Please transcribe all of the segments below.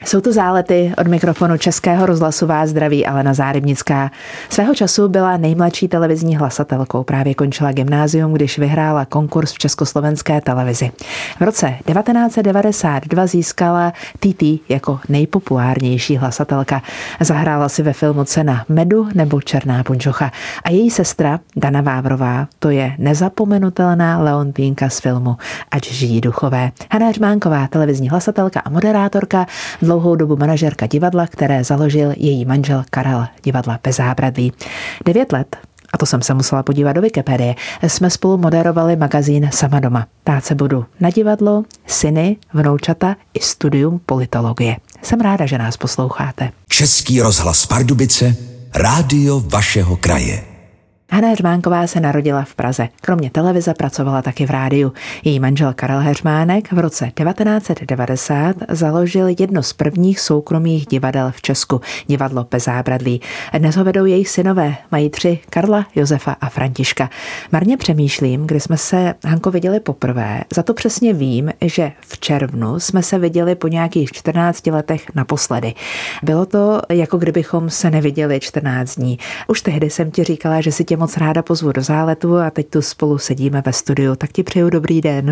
Jsou to Zálety, od mikrofonu Českého rozhlasu vás zdraví Alena Zárybnická. Svého času byla nejmladší televizní hlasatelkou, právě končila gymnázium, když vyhrála konkurs v československé televizi. V roce 1992 získala TT jako nejpopulárnější hlasatelka. Zahrála si ve filmu Cena medu nebo Černá punčocha. A její sestra Dana Vávrová, to je nezapomenutelná Leontýnka z filmu Ať žijí duchové. Hana Heřmánková, televizní hlasatelka a moderátorka, dlouhou dobu manažerka divadla, které založil její manžel Karel, divadla Bez zábradlí. 9 let, a to jsem se musela podívat do Wikipedie, jsme spolu moderovali magazín Sama doma. Ptát se budu na divadlo, syny, vnoučata i studium politologie. Jsem ráda, že nás posloucháte. Český rozhlas Pardubice, rádio vašeho kraje. Hana Heřmánková se narodila v Praze. Kromě televize pracovala taky v rádiu. Její manžel Karel Heřmánek v roce 1990 založil jedno z prvních soukromých divadel v Česku, divadlo Bez zábradlí. Dnes ho vedou jejich synové, mají 3, Karla, Josefa a Františka. Marně přemýšlím, kdy jsme se, Hanko, viděli poprvé. Za to přesně vím, že v červnu jsme se viděli po nějakých 14 letech naposledy. Bylo to, jako kdybychom se neviděli 14 dní. Už tehdy jsem ti říkala, že si tě moc ráda pozvu do Záletu a teď tu spolu sedíme ve studiu. Tak ti přeju dobrý den.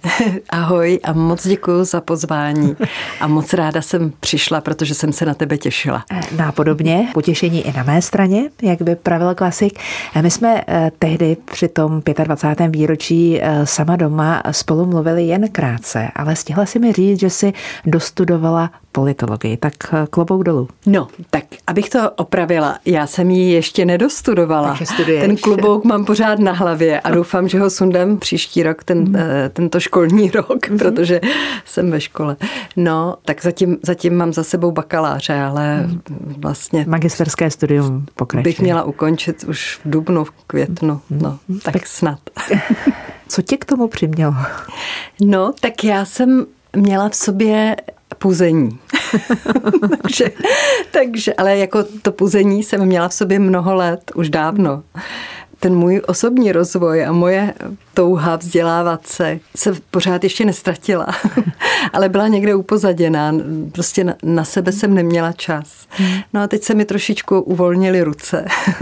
Ahoj a moc děkuji za pozvání. A moc ráda jsem přišla, protože jsem se na tebe těšila. Nápodobně, potěšení i na mé straně, jak by pravil klasik. My jsme tehdy při tom 25. výročí Sama doma spolu mluvili jen krátce, ale stihla si mi říct, že si dostudovala politologii, tak klobouk dolů. No, tak abych to opravila, já jsem ji ještě nedostudovala. Ten klobouk mám pořád na hlavě a doufám, že ho sundám příští rok, tento školní rok, protože jsem ve škole. No, tak zatím mám za sebou bakaláře, ale vlastně... Magisterské studium pokračuje. Bych měla ukončit už v dubnu, v květnu, no, tak snad. Co tě k tomu přimělo? No, tak já jsem měla v sobě puzení. takže, ale jako to puzení jsem měla v sobě mnoho let, už dávno. Ten můj osobní rozvoj a moje touha vzdělávat se pořád ještě nestratila, ale byla někde upozaděná. Prostě na sebe jsem neměla čas. No a teď se mi trošičku uvolnily ruce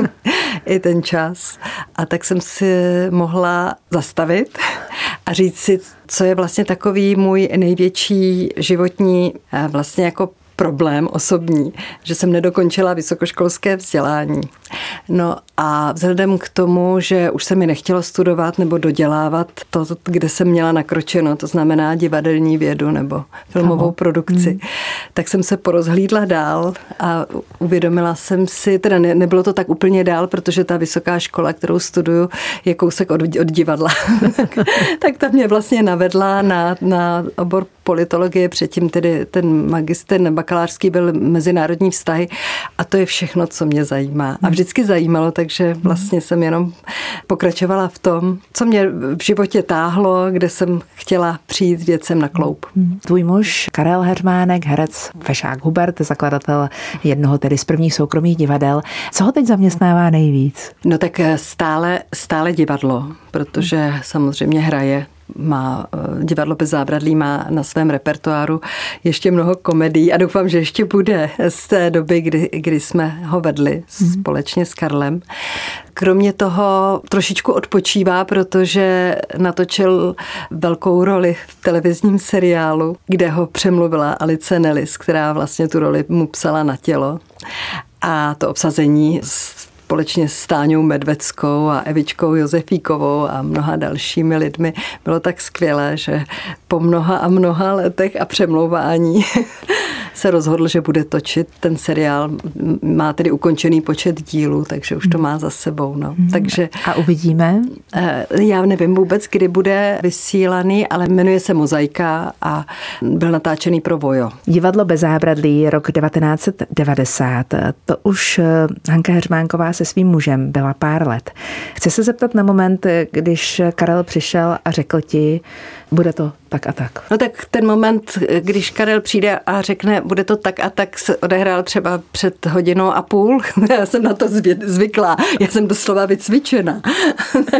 i ten čas. A tak jsem si mohla zastavit a říct si, co je vlastně takový můj největší životní vlastně jako problém osobní, že jsem nedokončila vysokoškolské vzdělání. No a vzhledem k tomu, že už se mi nechtělo studovat nebo dodělávat to, kde jsem měla nakročeno, to znamená divadelní vědu nebo filmovou produkci, tak jsem se porozhlídla dál a uvědomila jsem si, teda nebylo to tak úplně dál, protože ta vysoká škola, kterou studuju, je kousek od divadla. Tak ta mě vlastně navedla na obor politologie, předtím tedy ten magister bakalářský byl mezinárodní vztahy a to je všechno, co mě zajímá. A vždycky zajímalo, takže vlastně jsem jenom pokračovala v tom, co mě v životě táhlo, kde jsem chtěla přijít věcem na kloub. Tvůj muž Karel Heřmánek, herec Fešák Hubert, zakladatel jednoho tedy z prvních soukromých divadel. Co ho teď zaměstnává nejvíc? No tak stále divadlo, protože samozřejmě hraje. Divadlo Bez zábradlí má na svém repertoáru ještě mnoho komedií a doufám, že ještě bude z té doby, kdy jsme ho vedli společně s Karlem. Kromě toho trošičku odpočívá, protože natočil velkou roli v televizním seriálu, kde ho přemluvila Alice Nellis, která vlastně tu roli mu psala na tělo. A to obsazení společně s Táňou Medveckou a Evičkou Josefíkovou a mnoha dalšími lidmi bylo tak skvělé, že po mnoha a mnoha letech a přemlouvání se rozhodl, že bude točit ten seriál. Má tedy ukončený počet dílů, takže už to má za sebou. No. Takže, a uvidíme? Já nevím vůbec, kdy bude vysílaný, ale jmenuje se Mozaika a byl natáčený pro Vojo. Divadlo Bez zábradlí, rok 1990. To už Hanka Heřmánková se svým mužem byla pár let. Chci se zeptat na moment, když Karel přišel a řekl ti, bude to tak a tak. No tak ten moment, když Karel přijde a řekne, bude to tak a tak, se odehrál třeba před 1.5 hodiny. Já jsem na to zvyklá. Já jsem doslova vycvičena. Tak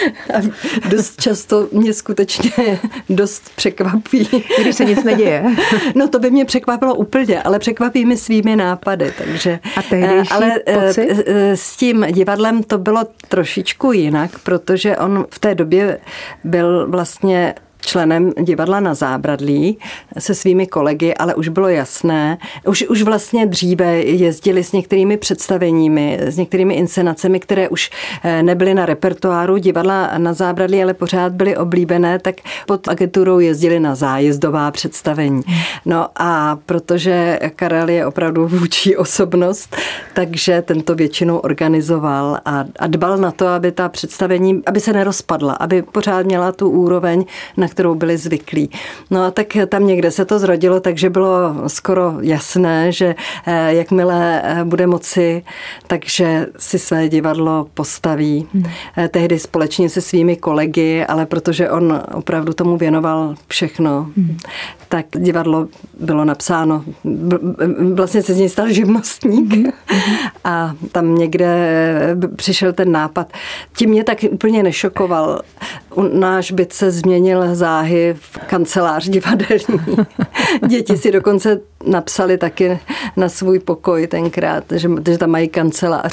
dost často mě skutečně dost překvapí. Když se nic neděje. No to by mě překvapilo úplně, ale překvapí mi svými nápady. Takže, a tehdejší pocit? S tím divadlem to bylo trošičku jinak, protože on v té době byl vlastně členem divadla Na Zábradlí se svými kolegy, ale už bylo jasné, už vlastně dříve jezdili s některými představeními, s některými inscenacemi, které už nebyly na repertoáru divadla Na Zábradlí, ale pořád byly oblíbené, tak pod agenturou jezdili na zájezdová představení. No a protože Karel je opravdu vůdčí osobnost, takže tento většinou organizoval a dbal na to, aby ta představení, aby se nerozpadla, aby pořád měla tu úroveň, na kterou byli zvyklí. No a tak tam někde se to zrodilo, takže bylo skoro jasné, že jakmile bude moci, takže si své divadlo postaví. Tehdy společně se svými kolegy, ale protože on opravdu tomu věnoval všechno, tak divadlo bylo napsáno. Vlastně se z něj stal živnostník a tam někde přišel ten nápad. Tím mě tak úplně nešokoval. Náš byt se změnil záhy v kancelář divadelní. Děti si dokonce napsali taky na svůj pokoj tenkrát, že tam mají kancelář.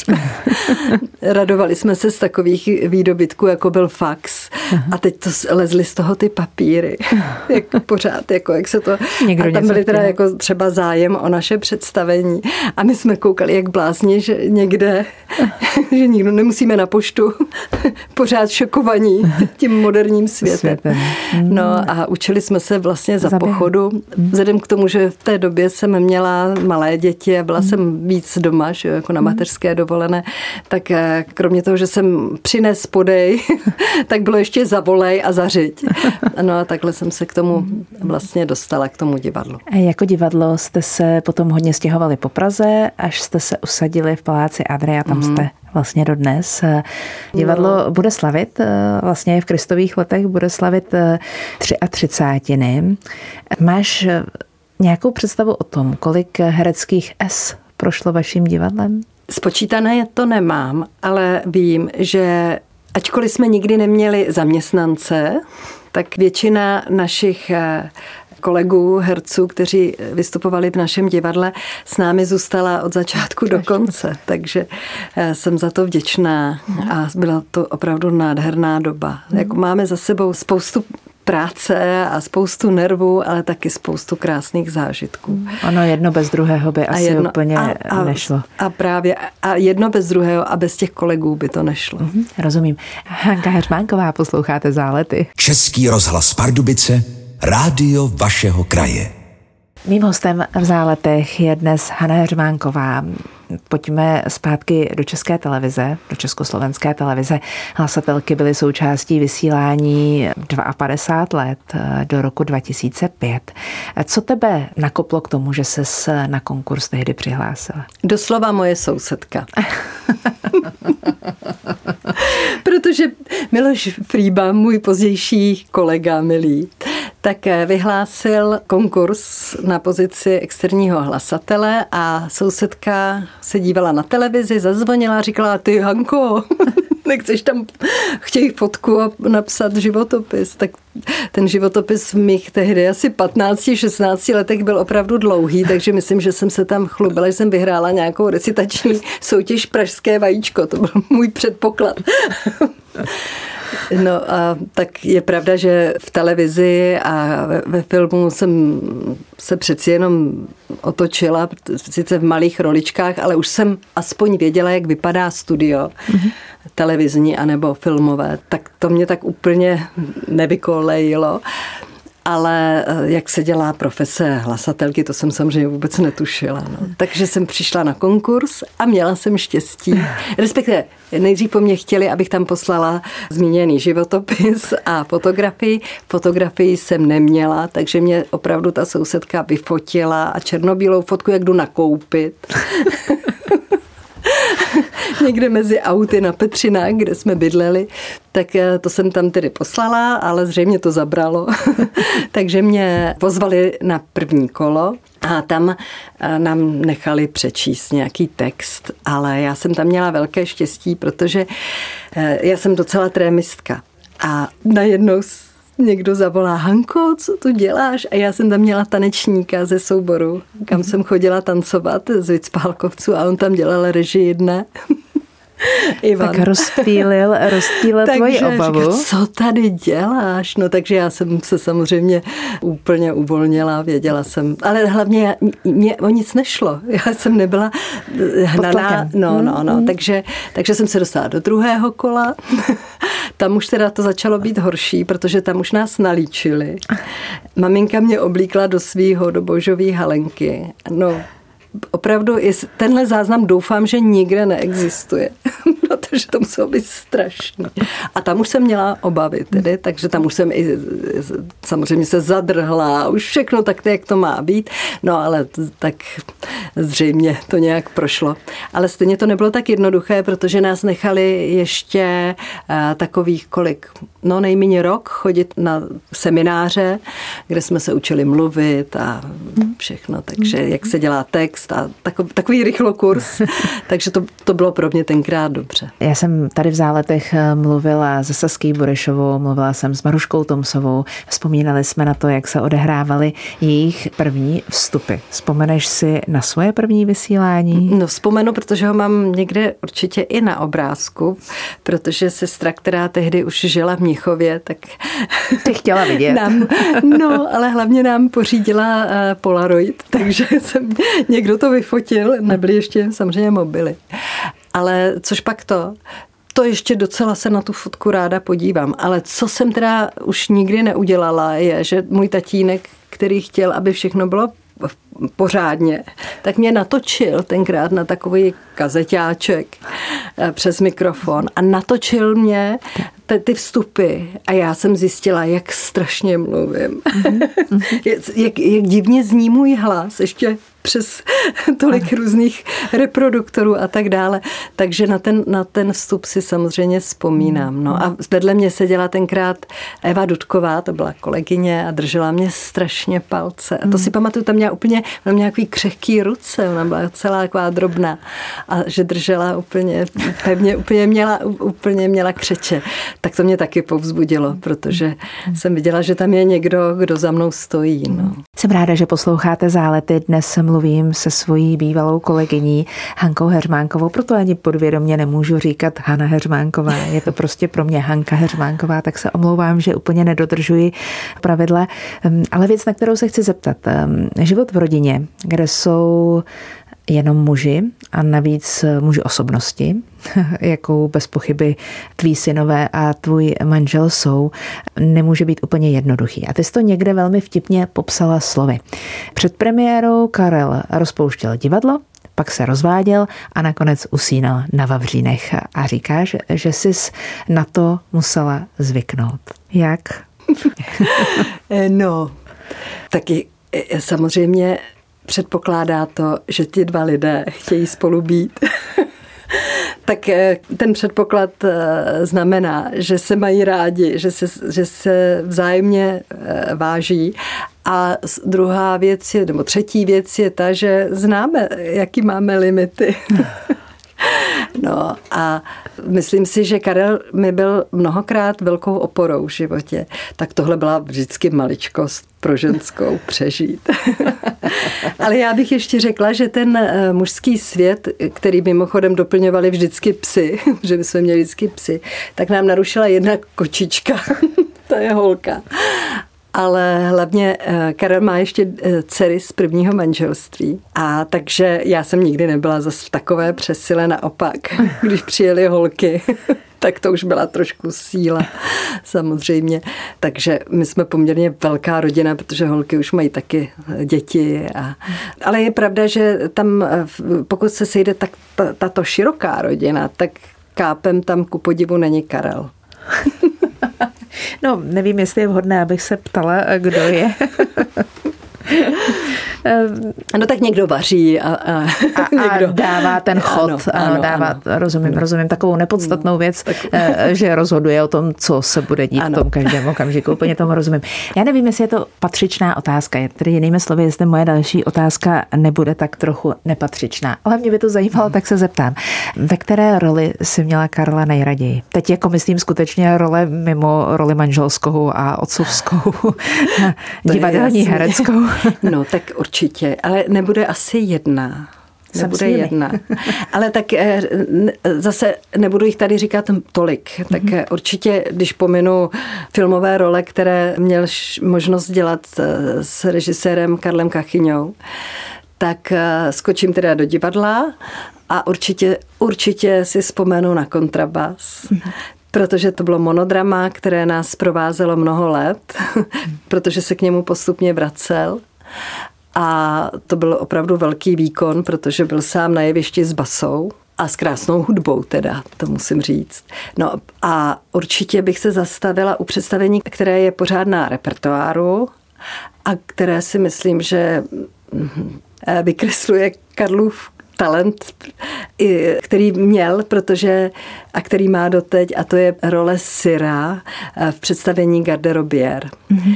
Radovali jsme se z takových výdobytků, jako byl fax. A teď to lezly z toho ty papíry. Jak pořád, jako jak se to... A tam byly teda jako třeba zájem o naše představení. A my jsme koukali jak blázni, že někde, že nikdo nemusíme na poštu. Pořád šokovaní tím moderním světem. No a učili jsme se vlastně za pochodu. Vzhledem k tomu, že v té době jsem měla malé děti a byla jsem víc doma, že jako na mateřské dovolené, tak kromě toho, že jsem přines podej, tak bylo ještě zavolej a zařiď. No a takhle jsem se k tomu vlastně dostala, k tomu divadlu. A jako divadlo jste se potom hodně stěhovali po Praze, až jste se usadili v Paláci Adria, tam jste vlastně dodnes. Divadlo bude slavit, vlastně v Kristových letech bude slavit 33. Máš nějakou představu o tom, kolik hereckých S prošlo vaším divadlem? Spočítané to nemám, ale vím, že ačkoliv jsme nikdy neměli zaměstnance, tak většina našich kolegů, herců, kteří vystupovali v našem divadle, s námi zůstala od začátku do konce. Takže jsem za to vděčná a byla to opravdu nádherná doba. Jako máme za sebou spoustu práce a spoustu nervů, ale taky spoustu krásných zážitků. Ono jedno bez druhého by asi úplně nešlo. A právě a jedno bez druhého a bez těch kolegů by to nešlo. Rozumím. Hanka Heřmánková, posloucháte Zálety. Český rozhlas Pardubice, rádio vašeho kraje. Mým hostem v Záletech je dnes Hana Heřmánková. Pojďme zpátky do České televize, do Československé televize. Hlasatelky byly součástí vysílání 52 let do roku 2005. Co tebe nakoplo k tomu, že ses na konkurs tehdy přihlásila? Doslova moje sousedka. Protože Miloš Frýba, můj pozdější kolega milý, tak vyhlásil konkurs na pozici externího hlasatele a sousedka se dívala na televizi, zazvonila a říkala, ty Hanko, nechceš tam, chtějí fotku a napsat životopis. Tak ten životopis v mých tehdy asi 15-16 letech byl opravdu dlouhý, takže myslím, že jsem se tam chlubila, že jsem vyhrála nějakou recitační soutěž Pražské vajíčko. To byl můj předpoklad. No a tak je pravda, že v televizi a ve filmu jsem se přeci jenom otočila, sice v malých roličkách, ale už jsem aspoň věděla, jak vypadá studio televizní anebo filmové. Tak to mě tak úplně nevykolejilo. Ale jak se dělá profese hlasatelky, to jsem samozřejmě vůbec netušila. No. Takže jsem přišla na konkurs a měla jsem štěstí. Respektive nejdřív po mně chtěli, abych tam poslala zmíněný životopis a fotografii. Fotografii jsem neměla, takže mě opravdu ta sousedka vyfotila a černobílou fotku, jak jdu nakoupit. někde mezi auty na Petřinách, kde jsme bydleli, tak to jsem tam tedy poslala, ale zřejmě to zabralo. Takže mě pozvali na první kolo a tam nám nechali přečíst nějaký text, ale já jsem tam měla velké štěstí, protože já jsem docela trémistka. A najednou někdo zavolá: Hanko, co tu děláš? A já jsem tam měla tanečníka ze souboru, kam jsem chodila tancovat z Vicpálkovců, a on tam dělal režii dne. Ivan. Tak rozptýlil tvoji obavu. Říká, co tady děláš? No takže já jsem se samozřejmě úplně uvolnila, věděla jsem. Ale hlavně mě o nic nešlo. Já jsem nebyla hnaná. No. Takže jsem se dostala do druhého kola. Tam už teda to začalo být horší, protože tam už nás nalíčili. Maminka mě oblíkla do božové halenky. No, opravdu tenhle záznam doufám, že nikde neexistuje, protože to muselo být strašný. A tam už jsem měla obavy tedy, takže tam už jsem i samozřejmě se zadrhla, už všechno tak, jak to má být, no ale tak zřejmě to nějak prošlo. Ale stejně to nebylo tak jednoduché, protože nás nechali ještě takových nejméně rok chodit na semináře, kde jsme se učili mluvit a všechno, takže jak se dělá text a takový rychlokurs, takže to bylo pro mě tenkrát dobře. Já jsem tady v Záletech mluvila se Sasky Burešovou, mluvila jsem s Maruškou Tomsovou, vzpomínali jsme na to, jak se odehrávaly jejich první vstupy. Vzpomeneš si na svoje první vysílání? No vzpomenu, protože ho mám někde určitě i na obrázku, protože sestra, která tehdy už žila v Mnichově, tak ty chtěla vidět. Ale hlavně nám pořídila Polaroid, takže někdo to vyfotil, nebyly ještě samozřejmě mobily. Ale což pak to ještě docela se na tu fotku ráda podívám. Ale co jsem teda už nikdy neudělala, je, že můj tatínek, který chtěl, aby všechno bylo pořádně, tak mě natočil tenkrát na takový kazeťáček přes mikrofon a natočil mě ty vstupy a já jsem zjistila, jak strašně mluvím. jak divně zní můj hlas, ještě přes tolik různých reproduktorů a tak dále. Takže na ten vstup si samozřejmě vzpomínám. No a vedle mě seděla tenkrát Eva Dudková, to byla kolegyně a držela mě strašně palce. A to si pamatuju, tam měla nějaký křehký ruce, ona byla celá taková drobná a že držela úplně pevně, úplně měla křeče. Tak to mě taky povzbudilo, protože jsem viděla, že tam je někdo, kdo za mnou stojí. No. Jsem ráda, že posloucháte Zálety. Dnes mluvím se svojí bývalou kolegyní Hankou Heřmánkovou, proto ani podvědomě nemůžu říkat Hana Heřmánková. Je to prostě pro mě Hanka Heřmánková, tak se omlouvám, že úplně nedodržuji pravidla. Ale věc, na kterou se chci zeptat. Život v rodině, kde jsou jenom muži a navíc muži osobnosti, jakou bez pochyby tví synové a tvůj manžel jsou, nemůže být úplně jednoduchý. A ty jsi to někde velmi vtipně popsala slovy. Před premiérou Karel rozpouštěl divadlo, pak se rozváděl a nakonec usínal na Vavřínech. A říkáš, že jsi na to musela zvyknout. Jak? No, taky samozřejmě předpokládá to, že ti dva lidé chtějí spolu být. Tak ten předpoklad znamená, že se mají rádi, že se vzájemně váží. A druhá věc nebo třetí věc je ta, že známe, jaký máme limity. No a myslím si, že Karel mi byl mnohokrát velkou oporou v životě. Tak tohle byla vždycky maličkost pro ženskou přežít. Ale já bych ještě řekla, že ten mužský svět, který mimochodem doplňovali vždycky psy, že bychom měli vždycky psy, tak nám narušila jedna kočička. To je holka. Ale hlavně Karel má ještě dcery z prvního manželství. A takže já jsem nikdy nebyla zase v takové přesile, naopak. Když přijeli holky, tak to už byla trošku síla, samozřejmě. Takže my jsme poměrně velká rodina, protože holky už mají taky děti. Ale je pravda, že tam, pokud se sejde tato široká rodina, tak kápem tam ku podivu není Karel. No, nevím, jestli je vhodné, abych se ptala, kdo je. No tak někdo vaří a někdo dává ten chod. Ano, rozumím takovou nepodstatnou věc, že rozhoduje o tom, co se bude dít v tom každém okamžiku. Úplně tomu rozumím. Já nevím, jestli je to patřičná otázka. Tedy jinými slovy, jestli moje další otázka nebude tak trochu nepatřičná. Ale mě by to zajímalo, tak se zeptám. Ve které roli si měla Karla nejraději? Teď jako myslím skutečně role mimo roli manželskou a otcovskou, divadelní, hereckou. No tak určitě, ale nebude asi jedna. Nebude jedna. Ale tak zase nebudu jich tady říkat tolik. Tak určitě, když pominu filmové role, které měl možnost dělat s režisérem Karlem Kachyňou, tak skočím teda do divadla a určitě si vzpomenu na kontrabas. Protože to bylo monodrama, které nás provázelo mnoho let, protože se k němu postupně vracel. A to byl opravdu velký výkon, protože byl sám na jevišti s basou a s krásnou hudbou teda, to musím říct. No a určitě bych se zastavila u představení, které je pořád na repertoáru a které si myslím, že vykresluje Karlův talent, který měl, a který má doteď, a to je role Syra v představení Garderobière.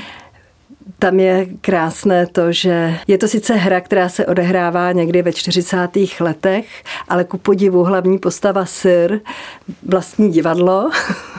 Tam je krásné to, že je to sice hra, která se odehrává někdy ve 40. letech, ale ku podivu hlavní postava Syr vlastní divadlo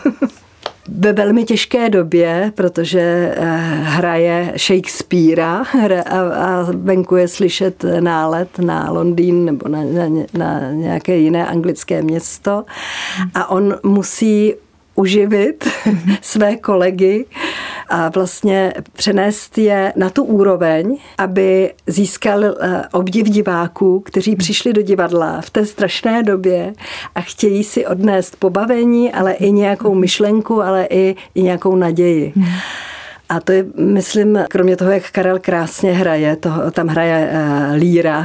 ve velmi těžké době, protože hraje Shakespearea a venku je slyšet nálet na Londýn nebo na nějaké jiné anglické město a on musí uživit své kolegy a vlastně přenést je na tu úroveň, aby získal obdiv diváků, kteří přišli do divadla v té strašné době a chtějí si odnést pobavení, ale i nějakou myšlenku, ale i nějakou naději. A to je, myslím, kromě toho, jak Karel krásně hraje, tam hraje Líra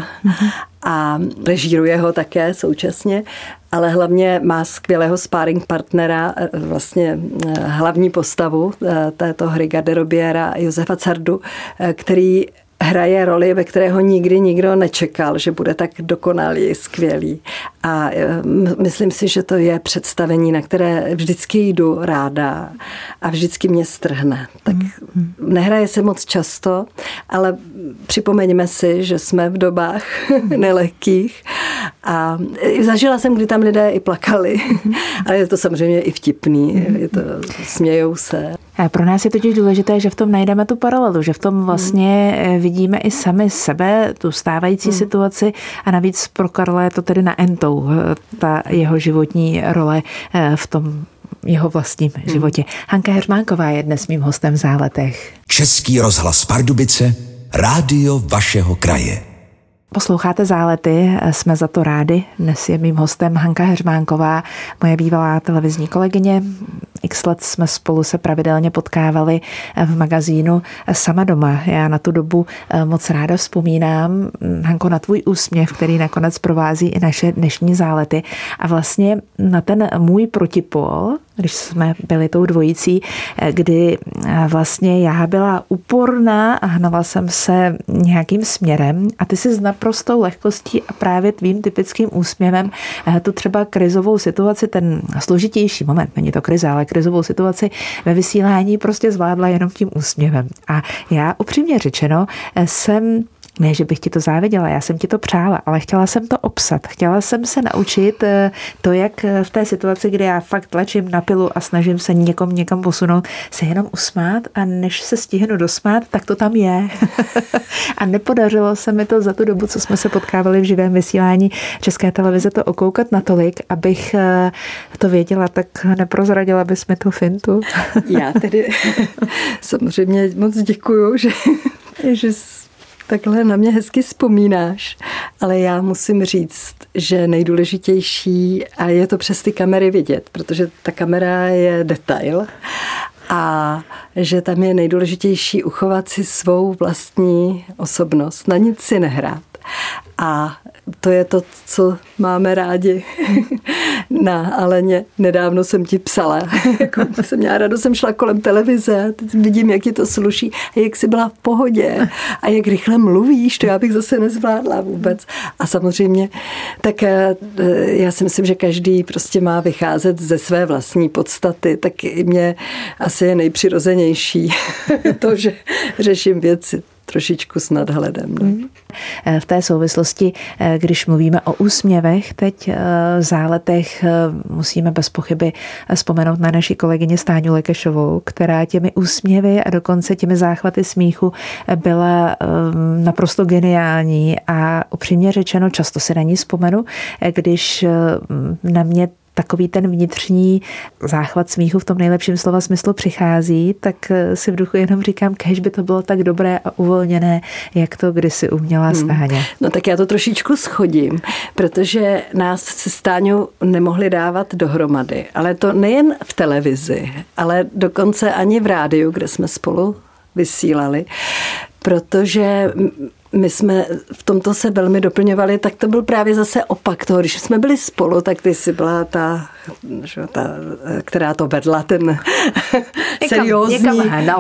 a režíruje ho také současně, ale hlavně má skvělého sparring partnera, vlastně hlavní postavu této hry Garderobiéra Josefa Cardu, který hraje roli, ve kterého nikdy nikdo nečekal, že bude tak dokonalý, skvělý. A myslím si, že to je představení, na které vždycky jdu ráda a vždycky mě strhne. Tak nehraje se moc často, ale připomeňme si, že jsme v dobách nelehkých a zažila jsem, kdy tam lidé i plakali, ale je to samozřejmě i vtipný, smějou se. Pro nás je totiž důležité, že v tom najdeme tu paralelu, že v tom vlastně vidíme i sami sebe, tu stávající situaci a navíc pro Karla je to tedy na entou, ta jeho životní role v tom jeho vlastním životě. Hanka Heřmánková je dnes mým hostem v Záletech. Český rozhlas Pardubice, rádio vašeho kraje. Posloucháte Zálety, jsme za to rádi. Dnes je mým hostem Hanka Heřmánková, moje bývalá televizní kolegyně. X let jsme spolu se pravidelně potkávali v magazínu Sama doma. Já na tu dobu moc ráda vzpomínám, Hanko, na tvůj úsměv, který nakonec provází i naše dnešní Zálety. A vlastně na ten můj protipol, když jsme byli tou dvojicí, kdy vlastně já byla úporná a hnala jsem se nějakým směrem a ty si s naprostou lehkostí a právě tvým typickým úsměvem tu třeba krizovou situaci, ten složitější moment, není to krize, ale krizovou situaci ve vysílání prostě zvládla jenom tím úsměvem. A já upřímně řečeno ne, že bych ti to záviděla, já jsem ti to přála, ale chtěla jsem to obsat. Chtěla jsem se naučit to, jak v té situaci, kdy já fakt tlačím na pilu a snažím se někam posunout, se jenom usmát a než se stihnu dosmát, tak to tam je. A nepodařilo se mi to za tu dobu, co jsme se potkávali v živém vysílání České televize, to okoukat natolik, abych to věděla, tak neprozradila bys mi tu fintu. Já tedy samozřejmě moc děkuju, že takhle na mě hezky vzpomínáš, ale já musím říct, že nejdůležitější, a je to přes ty kamery vidět, protože ta kamera je detail, a že tam je nejdůležitější uchovat si svou vlastní osobnost, na nic si nehrát. A to je to, co máme rádi na Aleně. Nedávno jsem ti psala, jako jsem měla radost, jsem šla kolem televize, teď vidím, jak ti to sluší a jak jsi byla v pohodě a jak rychle mluvíš, to já bych zase nezvládla vůbec. A samozřejmě, tak já si myslím, že každý prostě má vycházet ze své vlastní podstaty, tak i mě asi je nejpřirozenější to, že řeším věci trošičku s nadhledem. No. V té souvislosti, když mluvíme o úsměvech, teď záletech, musíme bez pochyby vzpomenout na naši kolegyni Stáňu Lekešovou, která těmi úsměvy a dokonce těmi záchvaty smíchu byla naprosto geniální a upřímně řečeno, často si na ní vzpomenu, když na mě takový ten vnitřní záchvat smíchu v tom nejlepším slova smyslu přichází, tak si v duchu jenom říkám, kéž by to bylo tak dobré a uvolněné, jak to kdysi uměla Stáňa. No tak já to trošičku schodím, protože nás se Stáňou nemohli dávat dohromady, ale to nejen v televizi, ale dokonce ani v rádiu, kde jsme spolu vysílali, protože my jsme v tomto se velmi doplňovali, tak to byl právě zase opak toho. Když jsme byli spolu, tak ty jsi byla ta která to vedla, ten seriózní,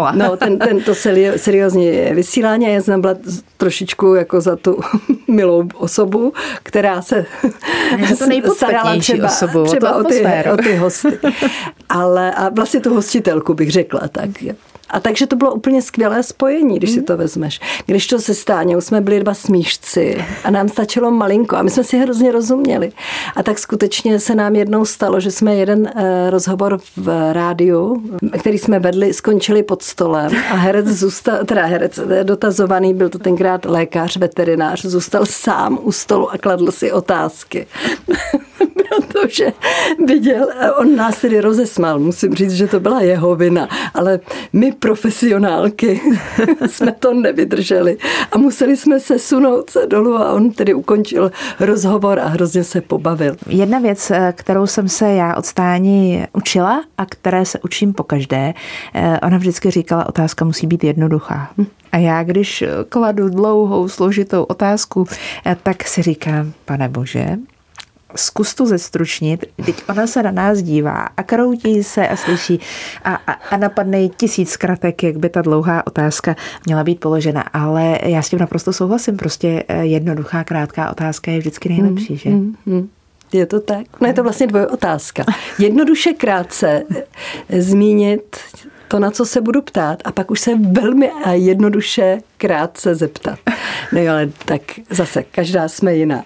seriózní vysílání. Já jsem byla trošičku jako za tu milou osobu, která se starala třeba o ty hosty. Ale a vlastně tu hostitelku bych řekla tak. A takže to bylo úplně skvělé spojení, když si to vezmeš. Když to se Stáňou jsme byli dva smíšci a nám stačilo malinko a my jsme si hrozně rozuměli. A tak skutečně se nám jednou stalo, že jsme jeden rozhovor v rádiu, který jsme vedli, skončili pod stolem a herec dotazovaný, byl to tenkrát lékař, veterinář, zůstal sám u stolu a kladl si otázky. Protože viděl, on nás tedy rozesmál, musím říct, že to byla jeho vina, ale my profesionálky jsme to nevydrželi a museli jsme se sunout se dolů a on tedy ukončil rozhovor a hrozně se pobavil. Jedna věc, kterou jsem se já od Stáni učila a které se učím pokaždé, ona vždycky říkala, otázka musí být jednoduchá. A já, když kladu dlouhou, složitou otázku, tak si říkám, pane bože, zkus to zestručnit, teď ona se na nás dívá a kroutí se a slyší a napadne jí 1000 zkratek, jak by ta dlouhá otázka měla být položena. Ale já s tím naprosto souhlasím, prostě jednoduchá, krátká otázka je vždycky nejlepší, že? Je to tak? No je to vlastně dvoje otázka. Jednoduše krátce zmínit to, na co se budu ptát a pak už se velmi a jednoduše krátce zeptat. No jo, ale tak zase, každá jsme jiná.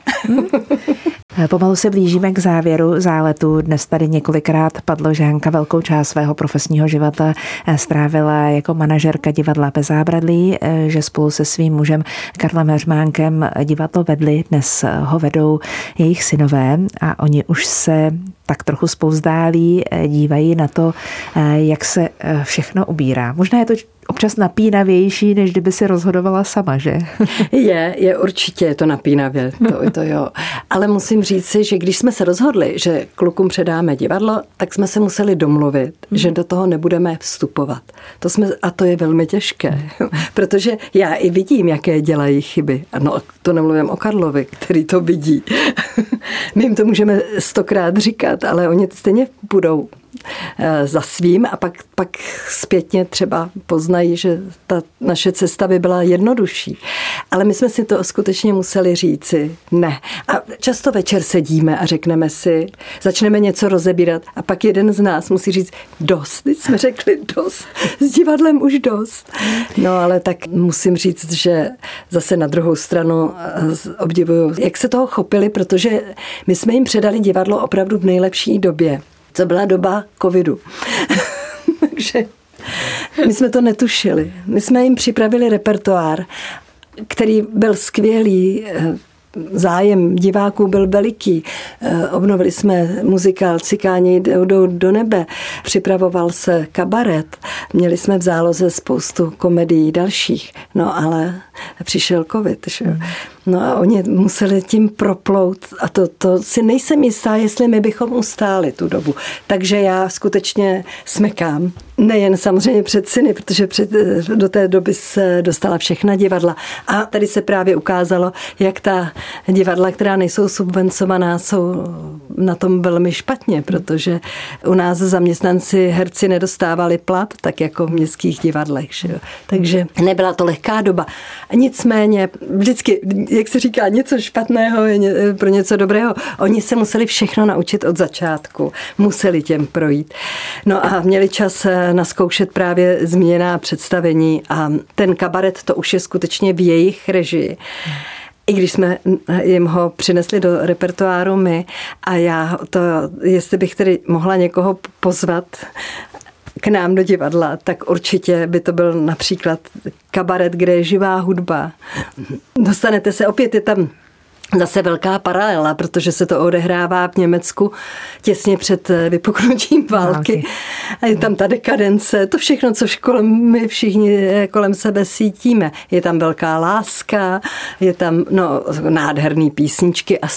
Pomalu se blížíme k závěru záletu. Dnes tady několikrát padlo, že Hanka velkou část svého profesního života strávila jako manažerka divadla Bez zábradlí, že spolu se svým mužem Karlem Heřmánkem divadlo vedli, dnes ho vedou jejich synové a oni už se tak trochu zpovzdálí, dívají na to, jak se všechno ubírá. Možná je to občas napínavější, než kdyby si rozhodovala sama, že? Je určitě to napínavě, to jo. Ale musím říct si, že když jsme se rozhodli, že klukům předáme divadlo, tak jsme se museli domluvit, že do toho nebudeme vstupovat. To je velmi těžké, protože já i vidím, jaké dělají chyby. No, to nemluvím o Karlovi, který to vidí. My jim to můžeme 100krát říkat, ale oni stejně budou za svým a pak zpětně třeba poznají, že ta naše cesta by byla jednodušší. Ale my jsme si to skutečně museli říci ne. A často večer sedíme a řekneme si, začneme něco rozebírat a pak jeden z nás musí říct dost. Teď jsme řekli dost. S divadlem už dost. No ale tak musím říct, že zase na druhou stranu obdivuju, jak se toho chopili, protože my jsme jim předali divadlo opravdu v nejlepší době. To byla doba covidu. Takže my jsme to netušili. My jsme jim připravili repertoár, který byl skvělý, zájem diváků byl veliký. Obnovili jsme muzikál Cikáni jdou do nebe. Připravoval se kabaret. Měli jsme v záloze spoustu komedií dalších. No ale přišel covid. Že? No a oni museli tím proplout a to si nejsem jistá, jestli my bychom ustáli tu dobu. Takže já skutečně smekám. Nejen samozřejmě před syny, protože do té doby se dostala všechna divadla. A tady se právě ukázalo, jak ta divadla, která nejsou subvencovaná, jsou na tom velmi špatně, protože u nás zaměstnanci, herci nedostávali plat, tak jako v městských divadlech. Že jo? Takže nebyla to lehká doba. Nicméně vždycky, jak se říká, něco špatného je pro něco dobrého. Oni se museli všechno naučit od začátku. Museli těm projít. No a měli čas naskoušet právě zmíněná představení a ten kabaret, to už je skutečně v jejich režii. I když jsme jim ho přinesli do repertoáru my a já to, jestli bych tedy mohla někoho pozvat k nám do divadla, tak určitě by to byl například kabaret, kde je živá hudba. Dostanete se, opět je tam zase velká paralela, protože se to odehrává v Německu těsně před vypuknutím války. A je tam ta dekadence, to všechno, co my všichni kolem sebe cítíme. Je tam velká láska, je tam nádherný písničky a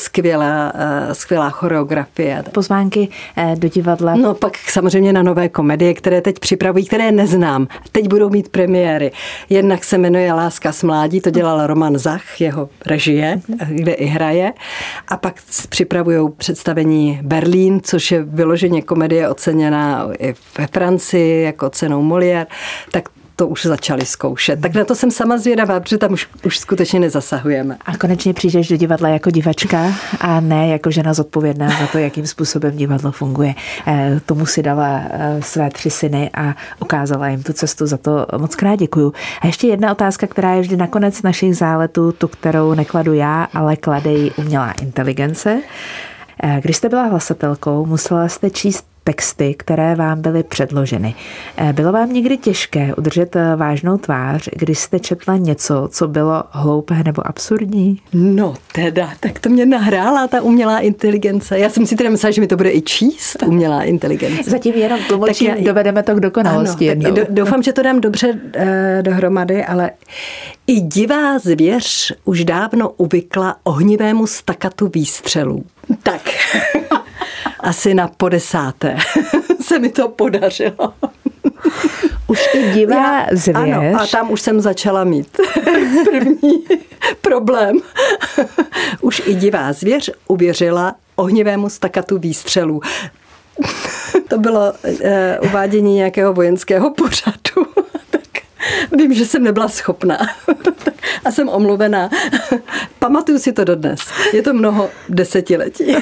skvělá choreografie. Pozvánky do divadla? No pak samozřejmě na nové komedie, které teď připravují, které neznám. Teď budou mít premiéry. Jednak se jmenuje Láska z mládí, to dělal Roman Zach, jeho režie, kde i hraje. A pak připravují představení Berlín, což je vyloženě komedie oceněná i ve Francii jako cenou Molière. Tak to už začali zkoušet. Tak na to jsem sama zvědavá, protože tam už skutečně nezasahujeme. A konečně přijdeš do divadla jako divačka a ne jako žena zodpovědná za to, jakým způsobem divadlo funguje. Tomu si dala své 3 syny a ukázala jim tu cestu. Za to moc krát děkuju. A ještě jedna otázka, která je vždy nakonec našich záletů, tu, kterou nekladu já, ale klade ji umělá inteligence. Když jste byla hlasatelkou, musela jste číst texty, které vám byly předloženy. Bylo vám někdy těžké udržet vážnou tvář, když jste četla něco, co bylo hloupé nebo absurdní? No teda, tak to mě nahrála ta umělá inteligence. Já jsem si teda myslela, že mi to bude i číst, umělá inteligence. Zatím jenom tlumočím, dovedeme to k dokonalosti. Ano, doufám, že to dám dobře dohromady, ale i divá zvěř už dávno uvykla ohnivému stakatu výstřelů. Tak, asi na 10. se mi to podařilo. Už i divá zvěř. Ano, a tam už jsem začala mít první problém. Už i divá zvěř uvěřila ohnivému stakatu výstřelů. To bylo uvádění nějakého vojenského pořadu. Vím, že jsem nebyla schopná a jsem omluvená. Pamatuju si to dodnes. Je to mnoho desetiletí.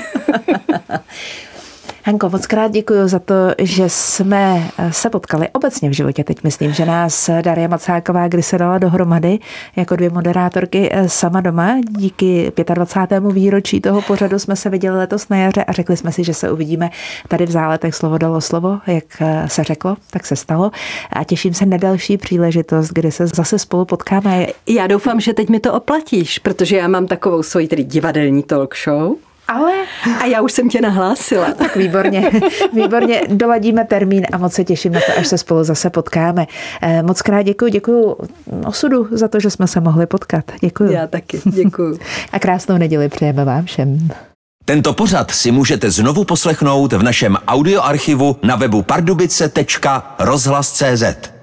Hanko, moc krát děkuji za to, že jsme se potkali obecně v životě. Teď myslím, že nás Daria Macáková, kdy se dala dohromady jako 2 moderátorky sama doma. Díky 25. výročí toho pořadu jsme se viděli letos na jaře a řekli jsme si, že se uvidíme tady v Záletech. Slovo dalo slovo, jak se řeklo, tak se stalo. A těším se na další příležitost, kdy se zase spolu potkáme. Já doufám, že teď mi to oplatíš, protože já mám takovou svoji tedy divadelní talk show. Ale... A já už jsem tě nahlásila. Tak výborně, doladíme termín a moc se těším na to, až se spolu zase potkáme. Moc krát děkuju osudu za to, že jsme se mohli potkat. Děkuju. Já taky, děkuju. A krásnou neděli přejeme vám všem. Tento pořad si můžete znovu poslechnout v našem audioarchivu na webu pardubice.rozhlas.cz.